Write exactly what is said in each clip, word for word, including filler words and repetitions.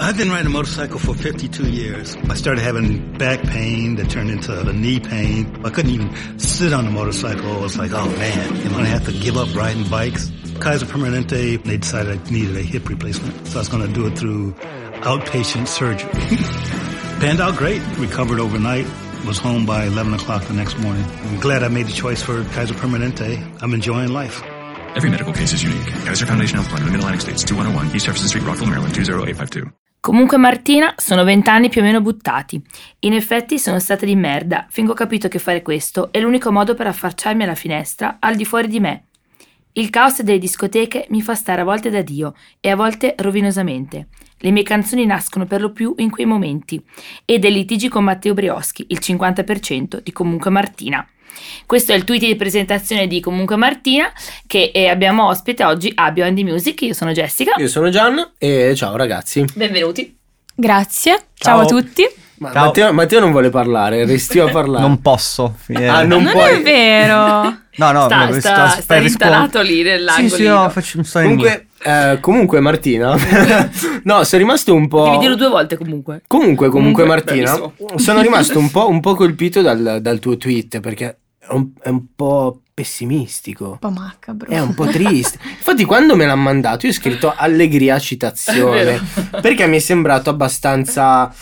I've been riding a motorcycle for fifty-two years. I started having back pain that turned into the knee pain. I couldn't even sit on the motorcycle. I was like, oh man, am I going to have to give up riding bikes? Kaiser Permanente, they decided I needed a hip replacement. So I was going to do it through outpatient surgery. Panned out great. Recovered overnight. Was home by eleven o'clock the next morning. I'm glad I made the choice for Kaiser Permanente. I'm enjoying life. Every medical case is unique. Kaiser Foundation Health Plan, Mid-Atlantic States, two one zero one East Jefferson Street, Rockville, Maryland, two zero eight five two. Comunque Martina, sono vent'anni più o meno buttati. In effetti sono stata di merda, finché ho capito che fare questo è l'unico modo per affacciarmi alla finestra al di fuori di me. Il caos delle discoteche mi fa stare a volte da Dio e a volte rovinosamente. Le mie canzoni nascono per lo più in quei momenti. E dei litigi con Matteo Brioschi, il cinquanta per cento di Comunque Martina. Questo è il tweet di presentazione di Comunque Martina, che eh, abbiamo ospite oggi a Beyond the Music. Io sono Jessica. Io sono Gian e ciao ragazzi. Benvenuti. Grazie, ciao, Ciao. a tutti. Ma Matteo, Matteo non vuole parlare, resti a parlare. Non posso. Eh. Ah, non, Non puoi. è vero. No, no, Sta, sto- sta, sto- sta rispondo- installato lì nell'angolino. Sì, sì, no, faccio un sto in mio. Comunque, eh, comunque Martina. No, sono rimasto un po'. Devi dirlo due volte comunque. Comunque, comunque, Comunque, Martina, bravissimo. sono rimasto un po', un po' colpito dal, dal tuo tweet perché è un, è un po' pessimistico. Un po' macabro. È un po' triste. Infatti, quando me l'ha mandato, io ho scritto allegria citazione È vero. perché mi è sembrato abbastanza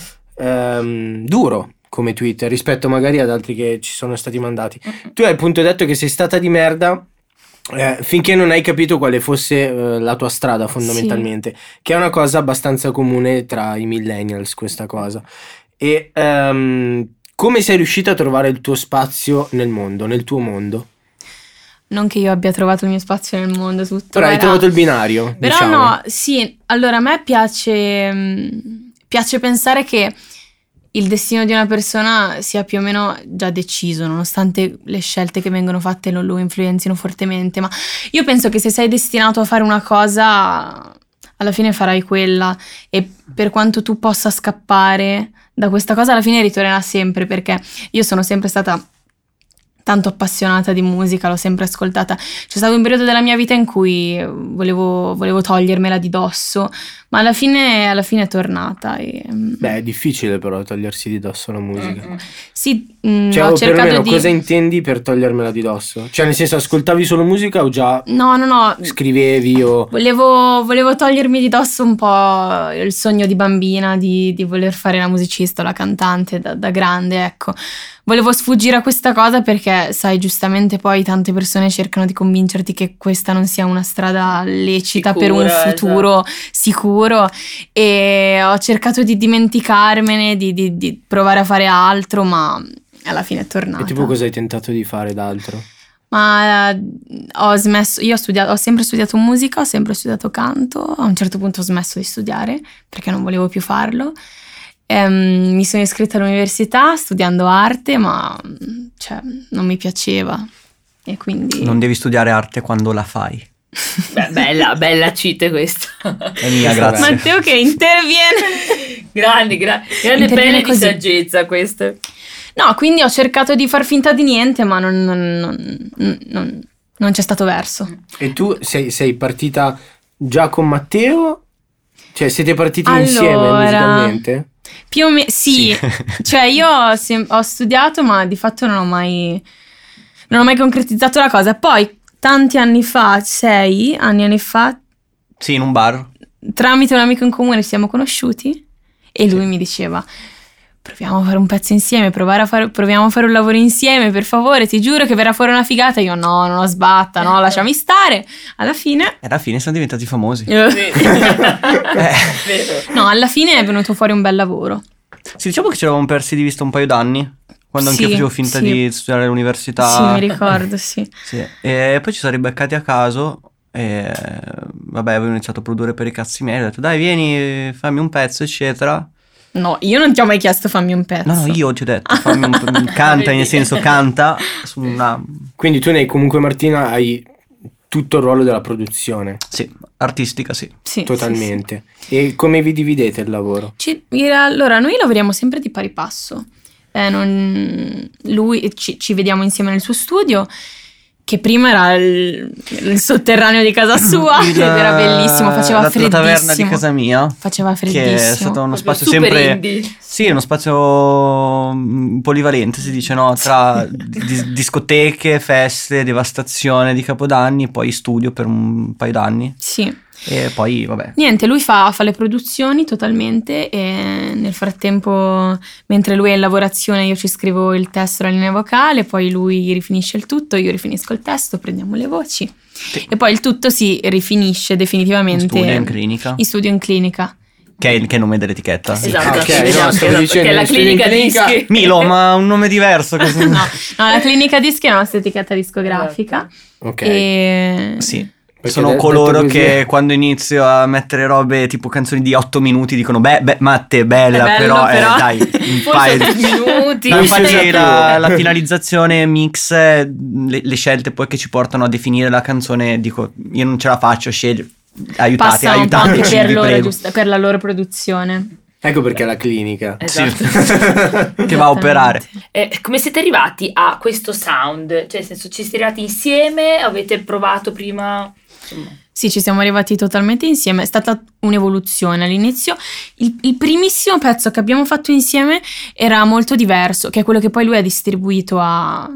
ehm, duro come tweet rispetto magari ad altri che ci sono stati mandati. Tu hai appunto detto che sei stata di merda eh, finché non hai capito quale fosse eh, la tua strada, fondamentalmente, che è una cosa abbastanza comune tra i millennials, questa cosa. E ehm, come sei riuscita a trovare il tuo spazio nel mondo, nel tuo mondo? Non che io abbia trovato il mio spazio nel mondo, tutto. Però hai era- trovato il binario, Però diciamo. no, sì, allora a me piace, mh, piace pensare che il destino di una persona sia più o meno già deciso, nonostante le scelte che vengono fatte non lo influenzino fortemente. Ma io penso che se sei destinato a fare una cosa, alla fine farai quella. E per quanto tu possa scappare da questa cosa, alla fine ritornerà sempre, perché io sono sempre stata tanto appassionata di musica, l'ho sempre ascoltata. C'è stato un periodo della mia vita in cui volevo, volevo togliermela di dosso, ma alla fine, alla fine è tornata. E, Beh, è difficile però togliersi di dosso la musica. Mm-mm. sì, mh, Cioè, ho o cercato perlomeno di... cosa intendi per togliermela di dosso? Cioè, nel senso, ascoltavi solo musica o già No, no, no. scrivevi o... Volevo, volevo togliermi di dosso un po' il sogno di bambina di, di voler fare la musicista o la cantante da, da grande, ecco. Volevo sfuggire a questa cosa perché, sai, giustamente poi tante persone cercano di convincerti che questa non sia una strada lecita per un Sicura, futuro sicuro, e ho cercato di dimenticarmene, di, di, di provare a fare altro, ma alla fine è tornata. E tipo cosa hai tentato di fare d'altro? Ma eh, ho smesso, io ho studiato, ho sempre studiato musica, ho sempre studiato canto, a un certo punto ho smesso di studiare perché non volevo più farlo. Ehm, mi sono iscritta all'università studiando arte, ma cioè, non mi piaceva e quindi... Non devi studiare arte quando la fai. Beh, bella, bella cheat questa. È mia, grazie. Matteo che interviene. grandi, gra- grande Interviene pelle di così. saggezza questa. No, quindi ho cercato di far finta di niente, ma non, non, non, non, non c'è stato verso. E tu sei, sei partita già con Matteo? Cioè, siete partiti Allora, insieme musicalmente? Più o meno, sì. Cioè io ho, sem- ho studiato, ma di fatto non ho mai non ho mai concretizzato la cosa. Poi tanti anni fa, sei anni anni fa, Sì, in un bar. tramite un amico in comune ci siamo conosciuti e lui mi diceva: proviamo a fare un pezzo insieme, provare a fare, proviamo a fare un lavoro insieme, per favore, ti giuro che verrà fuori una figata. Io no, non ho sbatta, no, lasciami stare. Alla fine E alla fine siamo diventati famosi. eh, Vero. no, alla fine è venuto fuori un bel lavoro. Sì, diciamo che ci eravamo persi di vista un paio d'anni, quando anche Sì, io facevo finta sì. di studiare all'università. Sì, mi ricordo, sì. Sì. E poi ci siamo ribeccati a caso e vabbè, avevo iniziato a produrre per i cazzi miei, ho detto dai vieni, fammi un pezzo eccetera. No, io non ti ho mai chiesto fammi un pezzo. No, no, io ti ho detto fammi un canta, nel senso canta su una... Quindi tu nei Comunque Martina hai tutto il ruolo della produzione, Sì, artistica sì. Sì, totalmente. E come vi dividete il lavoro? sì, sì. Ci- allora, noi lavoriamo sempre di pari passo. Eh, non- lui ci, ci vediamo insieme nel suo studio che prima era il, il sotterraneo di casa sua, Il- ed era bellissimo, faceva la, freddissimo. La taverna di casa mia, Faceva che è freddissimo. stato uno Proprio spazio super sempre indie. sì, uno spazio mm, polivalente, si dice, no, tra dis- discoteche, feste, devastazione di Capodanni e poi studio per un paio d'anni Sì. e poi vabbè. Niente, lui fa, fa le produzioni totalmente e nel frattempo, mentre lui è in lavorazione, io ci scrivo il testo, la linea vocale, poi lui rifinisce il tutto, io rifinisco il testo, prendiamo le voci e poi il tutto si rifinisce definitivamente In studio, in clinica. in studio in clinica. Che è il, che è il nome dell'etichetta. Esatto, Ok, vediamo no, che, stavo dicendo, che è la studio in clinica clinica- dischi. Milo, ma un nome diverso così. No, no, la clinica dischi è la nostra etichetta discografica. Ok. E Sì. Perché Sono de- coloro detto così- che quando inizio a mettere robe tipo canzoni di otto minuti dicono beh, beh Matte, bella, È bello, però, però. eh, dai, un Forse paio otto di... minuti. No, Non si usa infatti più. la, la finalizzazione mix, eh, le, le scelte poi che ci portano a definire la canzone, dico, io non ce la faccio, sceglio, aiutate, passano un po' anche aiutateci, per vi loro, prego. giusto, per la loro produzione. Ecco perché è la clinica. Esatto. Che va a operare. Eh, come siete arrivati a questo sound? Cioè, nel senso, ci siete arrivati insieme? Avete provato prima? Insomma. Sì, ci siamo arrivati totalmente insieme, è stata un'evoluzione all'inizio. Il, il primissimo pezzo che abbiamo fatto insieme era molto diverso, che è quello che poi lui ha distribuito a-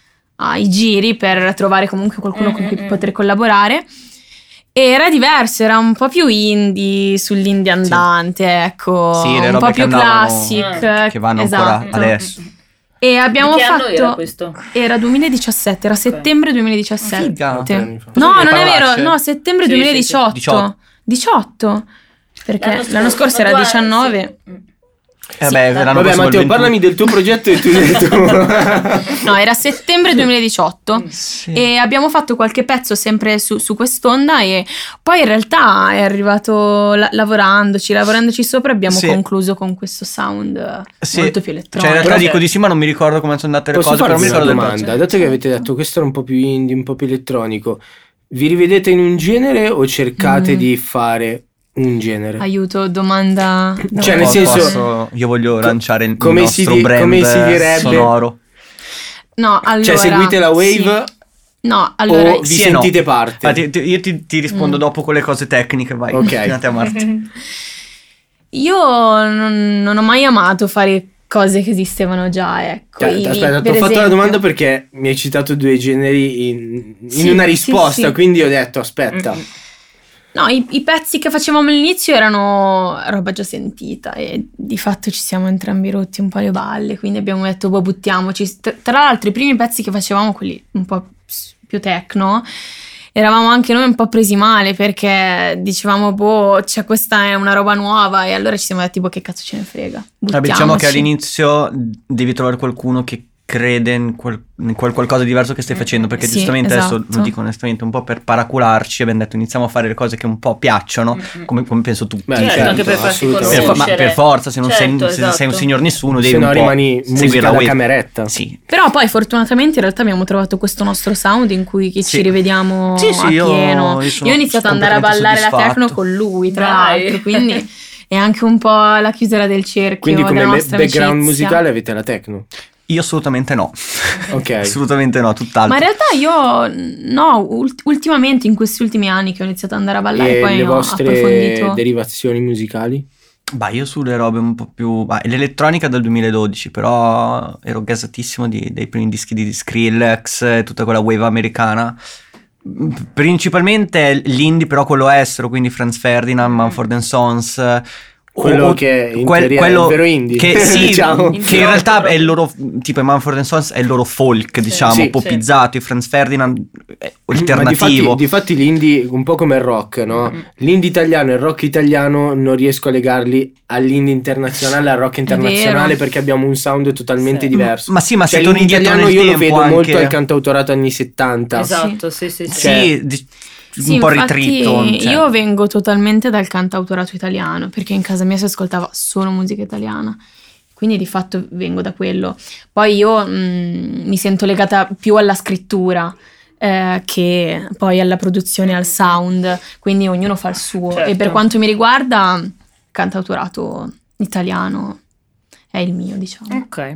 ai giri per trovare comunque qualcuno con cui Mm, mm, mm. poter collaborare. E era diverso, era un po' più indie, sull'indie andante, ecco, Sì, le un robe po' che più andavano- classic. che vanno esatto. ancora adesso. E abbiamo Di che anno fatto... era questo? Era duemiladiciassette, era settembre duemiladiciassette. Figa. Anni fa. No, Le non è parolacce? vero, no, settembre Sì, duemiladiciotto. sì, sì. diciotto. Perché l'anno scorso era due- diciannove. sì. Eh beh, l'anno Vabbè, prossimo Matteo, il parlami del tuo progetto e tu del tuo. No, era settembre duemiladiciotto. Sì. E abbiamo fatto qualche pezzo sempre su, su quest'onda e poi in realtà è arrivato la- lavorandoci, lavorandoci sopra abbiamo Sì. concluso con questo sound eh, Sì. molto più Cioè, in elettronico. realtà Però- dico di sì, ma non mi ricordo come sono andate le Posso cose, però mi farvi una ricordo del domanda? progetto. Dato che avete detto questo era un po' più indie, un po' più elettronico, vi rivedete in un genere o cercate Mm. di fare un genere? Aiuto, domanda. Cioè, nel Po- senso- posso- io voglio co- lanciare il come si nostro di- brand come si direbbe- sonoro. No, allora. Cioè, seguite la wave sì. No, allora. o vi Sì e no. sentite parte? Infatti, ti- io ti, ti rispondo Mm. dopo con le cose tecniche, vai. Ok. Continuate a Marti. Io non, non ho mai amato fare cose che esistevano già, ecco. Cioè, I- aspetta, ti per ho fatto la esempio- domanda perché mi hai citato due generi in, in Sì, una sì, risposta, sì. quindi ho detto aspetta. Mm. No, i, i pezzi che facevamo all'inizio erano roba già sentita e di fatto ci siamo entrambi rotti un po' le balle, quindi abbiamo detto, boh, buttiamoci. Tra, tra l'altro i primi pezzi che facevamo, quelli un po' s- più techno, eravamo anche noi un po' presi male perché dicevamo, boh, cioè questa è una roba nuova e allora ci siamo detti, boh, che cazzo ce ne frega, Vabbè, diciamo che buttiamoci. all'inizio devi trovare qualcuno che crede in, quel- in quel qualcosa di diverso che stai facendo, perché Sì, giustamente adesso esatto. lo dico onestamente, un po' per paracularci abbiamo detto iniziamo a fare le cose che un po' piacciono, Mm-mm. come, come penso tu. Beh, Certo, certo, anche per farsi assolutamente. Per, fo- ma conoscere. per forza, se non Certo, sei, se sei un esatto. signor nessuno, Se devi no un po' rimani seguire musica la da wave. cameretta. Sì. Però poi fortunatamente in realtà abbiamo trovato questo nostro sound in cui Sì. ci rivediamo Sì, sì, a io- pieno. io sono Io ho iniziato ad andare a completamente ballare la soddisfatto. techno con lui, tra Dai. l'altro, quindi è anche un po' la chiusura del cerchio Quindi come della me- nostra background amicizia. musicale avete la techno. Io assolutamente no. Ok. Assolutamente no, tutt'altro. Ma in realtà io no, ult- ultimamente in questi ultimi anni che ho iniziato ad andare a ballare E poi le ho vostre approfondito. derivazioni musicali? Bah, io sulle robe un po' più... bah, l'elettronica dal duemiladodici, però ero gasatissimo di- dei primi dischi di Skrillex, e tutta quella wave americana. Principalmente l'indie, però quello estero, quindi Franz Ferdinand, Mumford and Sons. Quello o- che in quel- teoria è il vero indie, che sì, diciamo. che in realtà è il loro, tipo i Mumford and Sons è il loro folk, diciamo, Sì, popizzato, i Franz Ferdinand è alternativo. Ma difatti, difatti l'indie, un po' come il rock, no? L'indie italiano e il rock italiano non riesco a legarli all'indie internazionale, al rock internazionale, vero. perché abbiamo un sound totalmente Sì. diverso. Ma sì, ma Cioè, se torni l'indie indietro italiano nel io lo tempo vedo anche... molto al cantautorato anni settanta. Esatto, sì, sì, sì. Cioè, Sì, di- Sì, un po' infatti ritritto. cioè. io vengo totalmente dal cantautorato italiano, perché in casa mia si ascoltava solo musica italiana, quindi di fatto vengo da quello. Poi io mh, mi sento legata più alla scrittura eh, che poi alla produzione, al sound, quindi ognuno fa il suo. Certo. E per quanto mi riguarda, cantautorato italiano è il mio, diciamo. Ok.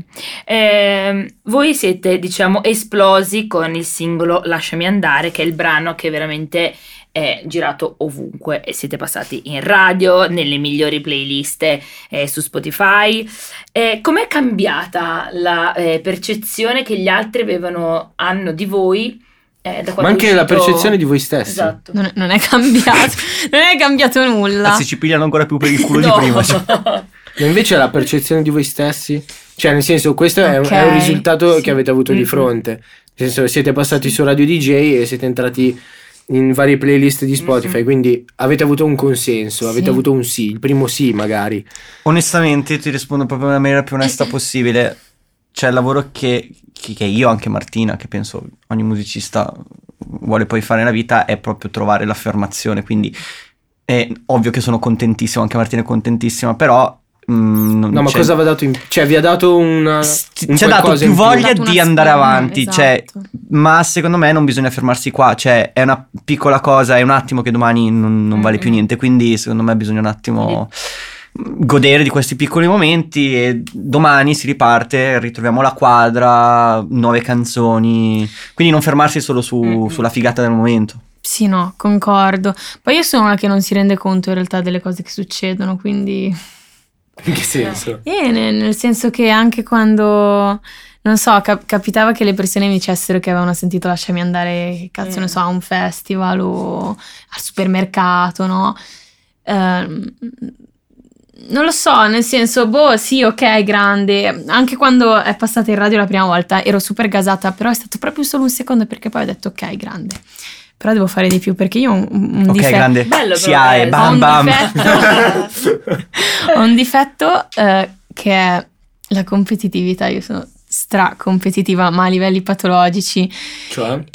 Eh, voi siete, diciamo, esplosi con il singolo Lasciami andare, che è il brano che veramente è girato ovunque e siete passati in radio, nelle migliori playlist eh, su Spotify. Eh, com'è cambiata la eh, percezione che gli altri avevano, hanno di voi? Eh, da Ma anche è uscito... la percezione di voi stessi. Esatto. Non è, non è cambiato, non è cambiato nulla. Anzi, ci pigliano ancora più per il culo No. di prima. cioè. Ma invece la percezione di voi stessi, cioè nel senso questo è, un, Ok, è un risultato sì. che avete avuto di Mm-mm. fronte, nel senso siete passati su Radio D J e siete entrati in varie playlist di Spotify, Mm-mm. quindi avete avuto un consenso, avete Sì. avuto un sì, il primo sì magari. Onestamente, ti rispondo proprio nella maniera più onesta possibile. C'è il lavoro che, che che io, anche Martina, che penso ogni musicista vuole poi fare nella vita, è proprio trovare l'affermazione. Quindi è ovvio che sono contentissimo, anche Martina è contentissima, però mm, non No, ma c'è- cosa vi ha dato in, cioè vi ha dato una, Sti- un ci ha dato qualcosa più in più? voglia Dato una di andare spinta, avanti, esatto. cioè, ma secondo me non bisogna fermarsi qua, cioè è una piccola cosa, è un attimo che domani non, non vale più Mm-mm. niente, quindi secondo me bisogna un attimo godere di questi piccoli momenti e domani si riparte, ritroviamo la quadra, nuove canzoni, quindi non fermarsi solo su- Mm-mm. sulla figata del momento. Sì, no, concordo. Poi io sono una che non si rende conto in realtà delle cose che succedono, quindi... In che senso? Eh, nel, nel senso che anche quando, non so, cap- capitava che le persone mi dicessero che avevano sentito Lasciami andare, che cazzo Mm. ne so, a un festival o al supermercato, no? Ehm, non lo so, nel senso, boh, sì, ok, grande. Anche quando è passata in radio la prima volta ero super gasata, però è stato proprio solo un secondo perché poi ho detto ok, grande. Però devo fare di più perché io ho un, un Ok, difetto. grande, Bello, si però, ha eh, e Ho bam un bam. difetto, ho un difetto eh, che è la competitività. Io sono stra competitiva, ma a livelli patologici. Cioè?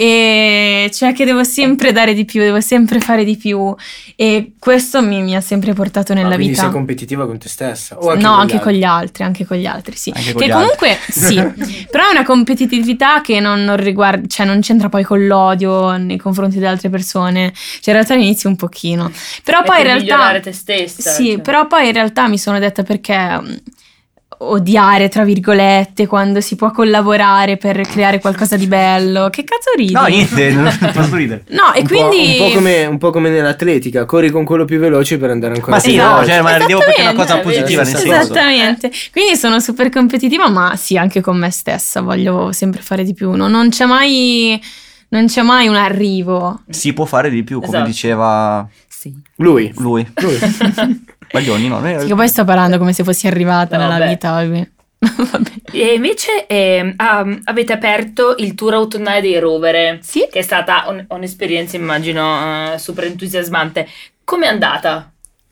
E cioè che devo sempre dare di più, devo sempre fare di più. E questo mi, mi ha sempre portato nella Ah, quindi vita. sei competitiva con te stessa? O anche No, con gli anche altri? con gli altri, anche con gli altri, sì. Anche con Che gli comunque sì, però è una competitività che non, non riguarda, cioè non c'entra poi con l'odio nei confronti delle altre persone. Cioè in realtà all'inizio un pochino. Però È poi in per realtà migliorare te stessa. sì, cioè. però poi in realtà mi sono detta perché mh, odiare, tra virgolette, quando si può collaborare per creare qualcosa di bello. Che cazzo ridi? No, niente, non posso ridere. No, e Un po', quindi un po' come, un po' come nell'atletica, corri con quello più veloce per andare ancora Ma sì, più no, veloce. cioè, ma devo perché è una cosa Esattamente, positiva, nel sì, senso. Esattamente. Quindi sono super competitiva, ma sì, anche con me stessa voglio sempre fare di più. No, non c'è mai non c'è mai un arrivo. Si può fare di più, come Esatto. diceva Sì. Lui. lui. Lui. Baglioni, no? Sì, che poi sto parlando come se fossi arrivata No, nella beh. vita, vabbè. Vabbè. E invece eh, ah, avete aperto il tour autunnale dei Rovere, Sì. che è stata un- un'esperienza, immagino, eh, super entusiasmante. Com'è andata?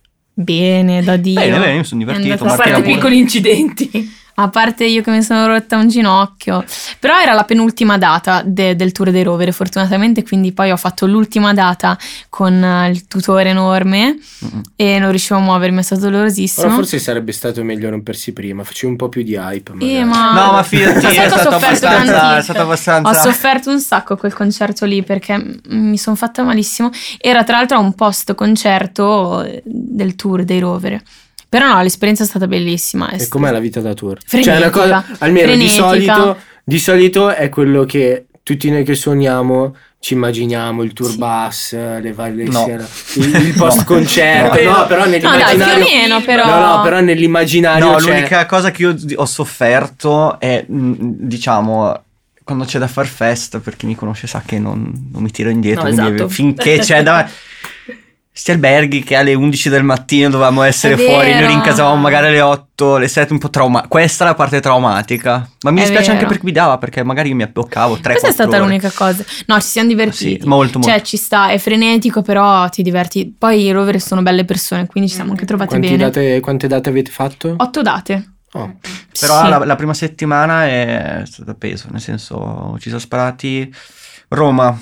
Bene, da Dio. Bene, bene, mi sono È divertito. andata A Martina parte pure. piccoli incidenti. A parte io che mi sono rotta un ginocchio. Però era la penultima data de- del tour dei Rovere, fortunatamente, quindi poi ho fatto l'ultima data con eh, il tutore enorme Mm-mm. e non riuscivo a muovermi, è stato dolorosissimo. Però forse sarebbe stato meglio rompersi prima, facevi un po' più di hype. magari. Eh, ma... No, ma fidati, Sai è che ho stato sofferto abbastanza, è tantissimo? stato abbastanza. Ho sofferto un sacco quel concerto lì perché m- mi sono fatta malissimo. Era tra l'altro a un post concerto eh, del tour dei Rovere. Però no, l'esperienza è stata bellissima. E com'è la vita da tour? Frenetica, Cioè, è una cosa, almeno di frenetica. solito, di solito è quello che tutti noi che suoniamo ci immaginiamo, il tour Sì. bus, le varie No. sera- il, il post concerto. No. No, però No, dai, più nell'immaginario. o meno, però. No, no, però nell'immaginario No, c'è. l'unica cosa che io ho sofferto è, mh, diciamo, quando c'è da far festa, per chi mi conosce sa che non, non mi tiro indietro, No, quindi esatto. finché c'è da... Sti alberghi che alle undici del mattino dovevamo essere È fuori, vero. noi rincasavamo magari alle otto, alle sette, un po' trauma. Questa è la parte traumatica. Ma mi È dispiace vero. anche per chi guidava, perché magari io mi bloccavo tre Questa è stata ore. l'unica cosa. No, ci siamo divertiti. Sì, molto, molto. Cioè, ci sta, è frenetico, però ti diverti. Poi i Rovere sono belle persone, quindi ci siamo anche trovati Quanti bene. date, quante date avete fatto? Otto date. Oh. Però Sì. la, la prima settimana è stata peso, nel senso ci siamo sparati Roma,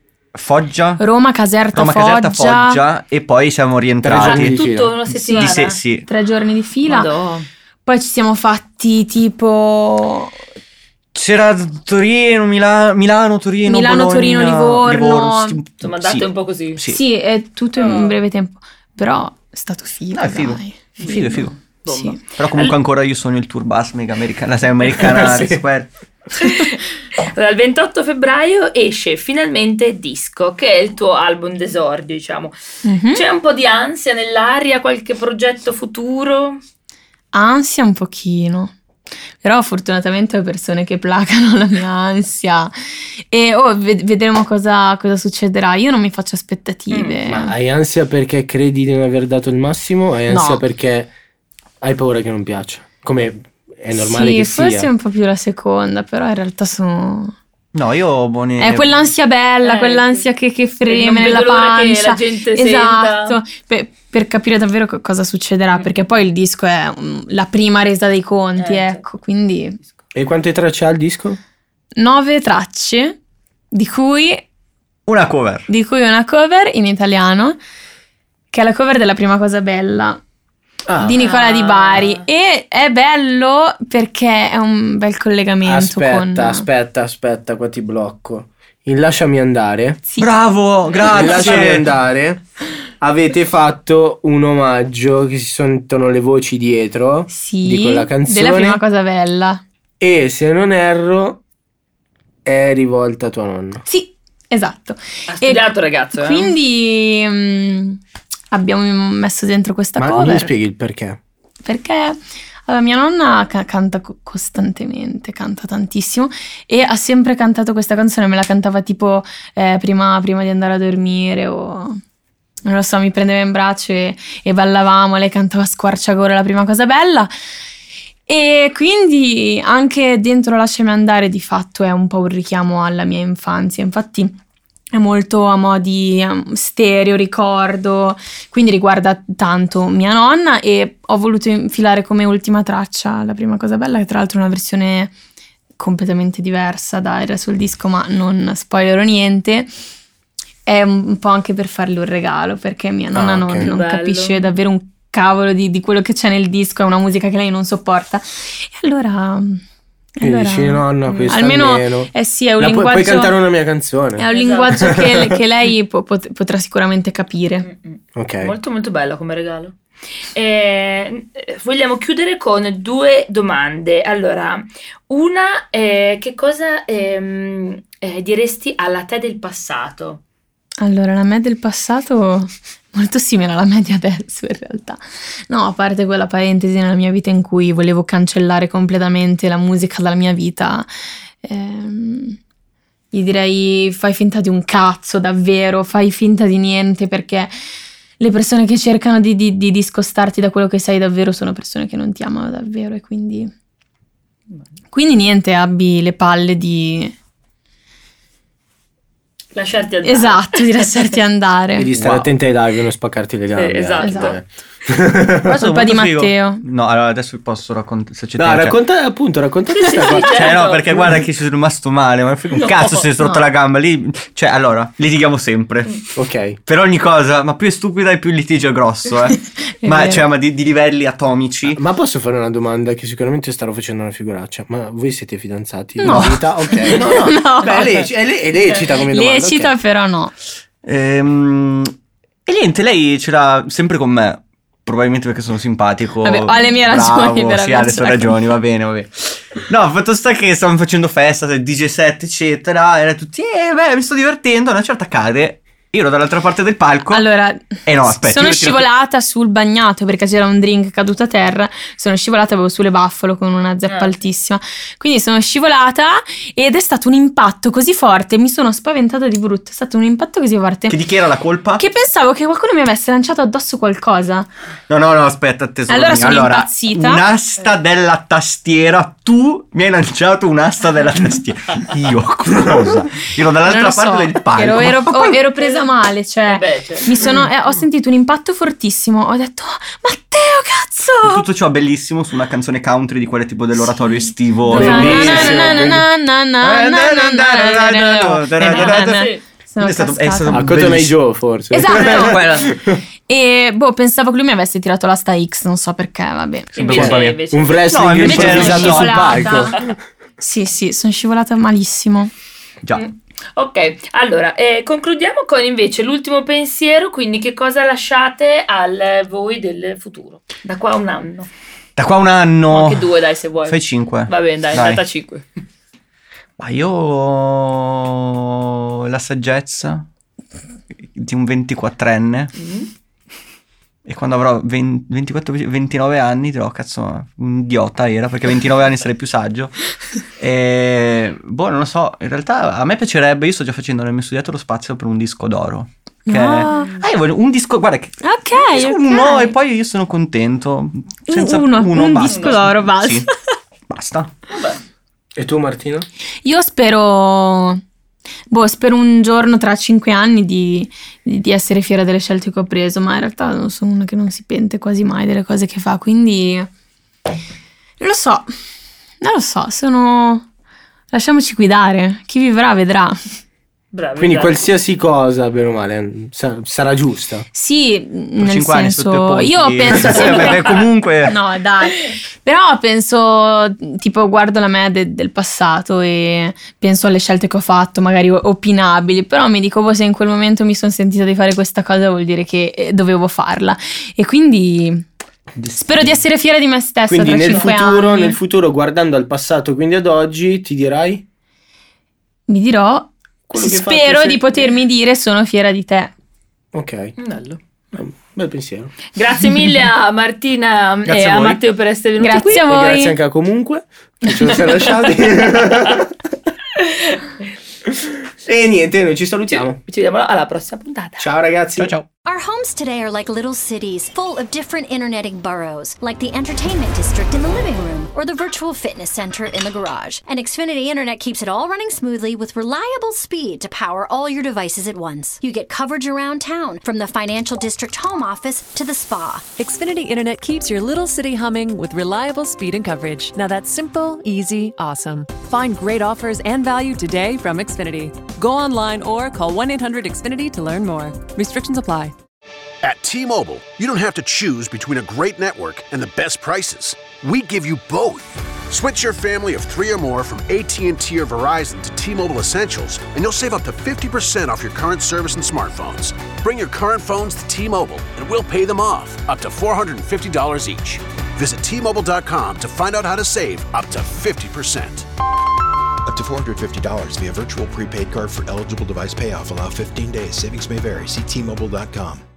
Foggia, Roma, Caserta, Roma, Foggia. Caserta, Foggia e poi siamo Tre Ah, giorni rientrati. di tutto fila. una Sì, settimana? Di se- sì. Tre giorni di fila. Madò. Poi ci siamo fatti tipo C'era Torino, Mila- Milano, Torino, Milano, Bologna, Torino, Livorno. sì, Insomma, andate sì. un po' così. Sì. Sì, è tutto in Oh. breve tempo. Però è stato figo. No, è figo. dai. Figo, figo. Bomba. Sì. Però comunque ancora io sogno il tour bus mega americana, la serie americana Sì. di Square. Allora, il ventotto febbraio esce finalmente Disco, che è il tuo album d'esordio, diciamo. Mhm. C'è un po' di ansia nell'aria, qualche progetto futuro? Ansia un pochino. Però fortunatamente ho persone che placano la mia ansia e oh, ved- vedremo cosa, cosa succederà. Io non mi faccio aspettative. Mm, Ma hai ansia perché credi di non aver dato il massimo? Hai ansia No. perché hai paura che non piaccia? Come è normale sì, che forse sia. un po' più la seconda, però in realtà sono... No, io ho buoni... È quell'ansia bella, Eh, quell'ansia che, che non freme vedo nella l'ora che pancia. la gente Esatto, senta. per, per capire davvero co- cosa succederà, perché poi il disco è mm, la prima resa dei conti, Eh, ecco, quindi E quante tracce ha il disco? nove tracce, di cui, Una cover. di cui una cover in italiano, che è la cover della Prima Cosa Bella Ah, di Nicola Ah. Di Bari, e è bello perché è un bel collegamento aspetta, con... aspetta, aspetta, qua ti blocco. In Lasciami andare, Sì. Bravo, in Lasciami grazie. andare avete fatto un omaggio che si sentono le voci dietro Sì, di quella canzone. della Prima Cosa Bella. E se non erro è rivolta a tua nonna. Sì, esatto. Ha studiato, ragazzo, eh? Quindi mm, abbiamo messo dentro questa Ma cover mi spieghi il perché? perché allora, mia nonna ca- canta co- costantemente, canta tantissimo e ha sempre cantato questa canzone, me la cantava tipo eh, prima, prima di andare a dormire o non lo so, mi prendeva in braccio e, e ballavamo, lei cantava a squarciagola La Prima Cosa Bella. E quindi anche dentro Lasciami andare di fatto è un po' un richiamo alla mia infanzia, infatti è molto a mo' di um, stereo, ricordo, quindi riguarda tanto mia nonna e ho voluto infilare come ultima traccia La Prima Cosa Bella, che tra l'altro è una versione completamente diversa da Era sul disco, ma non spoilerò niente. È un po' anche per farle un regalo, perché mia nonna Ah, non, ok. non Bello. capisce davvero un cavolo di, di quello che c'è nel disco, è una musica che lei non sopporta. E allora... Quindi allora dici, nonna, questa almeno, almeno. eh sì, è un La pu- linguaggio... puoi cantare una mia canzone. È un Esatto. linguaggio che, che lei po- pot- potrà sicuramente capire. Mm-mm. Ok. Molto molto bello come regalo. Eh, vogliamo chiudere con due domande. Allora, una, eh, che cosa ehm, eh, diresti alla te del passato? Allora, la me del passato molto simile alla me di adesso in realtà. No, a parte quella parentesi nella mia vita in cui volevo cancellare completamente la musica dalla mia vita, ehm, gli direi fai finta di un cazzo, davvero, fai finta di niente, perché le persone che cercano di, di, di discostarti da quello che sei davvero sono persone che non ti amano davvero e quindi... Quindi niente, abbi le palle di... Lasciarti andare. Esatto, di lasciarti andare. Devi stare Wow. attenti ai live e non spaccarti le gambe. Eh, esatto. anche, Esatto. eh. Questo è colpa di molto figo. Matteo. No, allora adesso posso raccontare. Se c'è No, tempo, cioè- racconta appunto, racconta Sì, questa sì, cosa. sì, Cioè, certo. no, perché guarda che ci sono rimasto male, ma frega un No, cazzo se hai rotto no. la gamba lì. Cioè, allora, litighiamo sempre. Ok. Per ogni cosa, ma più è stupida e più il litigio è grosso, eh. È ma vero. cioè, ma di, di livelli atomici. Ma posso fare una domanda che sicuramente starò facendo una figuraccia? Ma voi siete fidanzati? No. In vita? Ok. No, no. No. Beh, è, lec- è le- è lecita come domanda. Lecita, ok. però no. Ehm, e niente, lei ce l'ha sempre con me. Probabilmente perché sono simpatico. Vabbè, ho le mie ragioni bravo, per sì, ha le avercela sue con ragioni, va bene, va bene. No, fatto sta che stavamo facendo festa, D J set, eccetera. Era tutti, eh, beh, mi sto divertendo. A una certa cade. Io ero dall'altra parte del palco. Allora, Eh no, aspetta, sono io tiro- scivolata sul bagnato perché c'era un drink caduto a terra. Sono scivolata, avevo sulle buffalo con una zeppa Ah. altissima. Quindi sono scivolata ed è stato un impatto così forte. Mi sono spaventata di brutto. È stato un impatto così forte Che di chi era la colpa? che pensavo che qualcuno mi avesse lanciato addosso qualcosa. No, no, no, aspetta, tesoro Allora mio. sono impazzita. Un'asta della tastiera. Tu mi hai lanciato un'asta della tastiera. Io cosa? Io ero dall'altra Non lo parte so, del palco. ero, ero- Ma poi- ero presa male, cioè. Eh beh, cioè. Mi sono, eh, ho sentito un impatto fortissimo. Ho detto, "Oh, Matteo, cazzo!" Tutto ciò bellissimo su una canzone country di quelle tipo dell'oratorio estivo. Na, na, Bellissimo, na, na, na, na, na, na, na, na, na, na. Sì. Sono È stato- è cascata. stato- A Cotton Eye Joe, forse. Esatto. Quella- E boh, pensavo che lui mi avesse tirato l'asta X, non so perché, vabbè. Sempre Invece, colpa mia. invece- Un wrestling No, invece improvvisato sono sul scivolata. palco. Sì, sì, sono scivolata malissimo. Già. Mm. Ok, allora eh, concludiamo con invece l'ultimo pensiero, quindi che cosa lasciate al voi del futuro, da qua a un anno? Da qua un anno. Anche due, dai, se vuoi. Fai cinque. Va bene, dai, Dai. data cinque. Ma io ho la saggezza di un ventiquattrenne. Mm. E quando avrò venti, ventiquattro ventinove anni dirò cazzo, un idiota era, perché ventinove anni sarei più saggio. E boh, non lo so, in realtà a me piacerebbe, io sto già facendo nel mio studiato lo spazio per un disco d'oro. Che No. ah, io voglio un disco, guarda che Ok, ok. uno e poi io sono contento. Senza Uno, un basta. disco d'oro, basta. Sì, basta. E tu, Martino? Io spero, boh, spero un giorno tra cinque anni di, di, di essere fiera delle scelte che ho preso, ma in realtà non sono una che non si pente quasi mai delle cose che fa, quindi non lo so, non lo so, sono... lasciamoci guidare, chi vivrà vedrà. Bravi, Quindi bravi. qualsiasi cosa, bene o male, sa- sarà giusta. Sì, nel cinque anni senso, sotto i ponti. io penso sempre... Perché comunque- No, dai. Però penso, tipo, guardo la me de- del passato e penso alle scelte che ho fatto, magari opinabili, però mi dico, boh, se in quel momento mi sono sentita di fare questa cosa vuol dire che eh, dovevo farla. E quindi spero di essere fiera di me stessa Quindi tra nel cinque futuro, anni. nel futuro, guardando al passato, quindi ad oggi, ti dirai? Mi dirò, Quello che hai spero fatto se- di potermi dire sono fiera di te. Ok, Bello. bel pensiero. Grazie mille a Martina Grazie e a a voi. Matteo per essere venuti Grazie qui. a E voi. grazie anche a comunque, che ce lo siamo lasciati. E niente, noi ci salutiamo. Ci vediamo alla prossima puntata. Ciao ragazzi. Ciao ciao. Our homes today are like little cities, full of different internetic boroughs, like the entertainment district in the living room or the virtual fitness center in the garage. And Xfinity Internet keeps it all running smoothly with reliable speed to power all your devices at once. You get coverage around town, from the financial district home office to the spa. Xfinity Internet keeps your little city humming with reliable speed and coverage. Now that's simple, easy, awesome. Find great offers and value today from Xfinity. Go online or call one eight hundred X Finity to learn more. Restrictions apply. At T-Mobile, you don't have to choose between a great network and the best prices. We give you both. Switch your family of three or more from A T and T or Verizon to T-Mobile Essentials, and you'll save up to fifty percent off your current service and smartphones. Bring your current phones to T-Mobile, and we'll pay them off, up to four hundred fifty dollars each. Visit T Mobile dot com to find out how to save up to fifty percent. Up to four hundred fifty dollars via virtual prepaid card for eligible device payoff. Allow fifteen days. Savings may vary. See T Mobile dot com.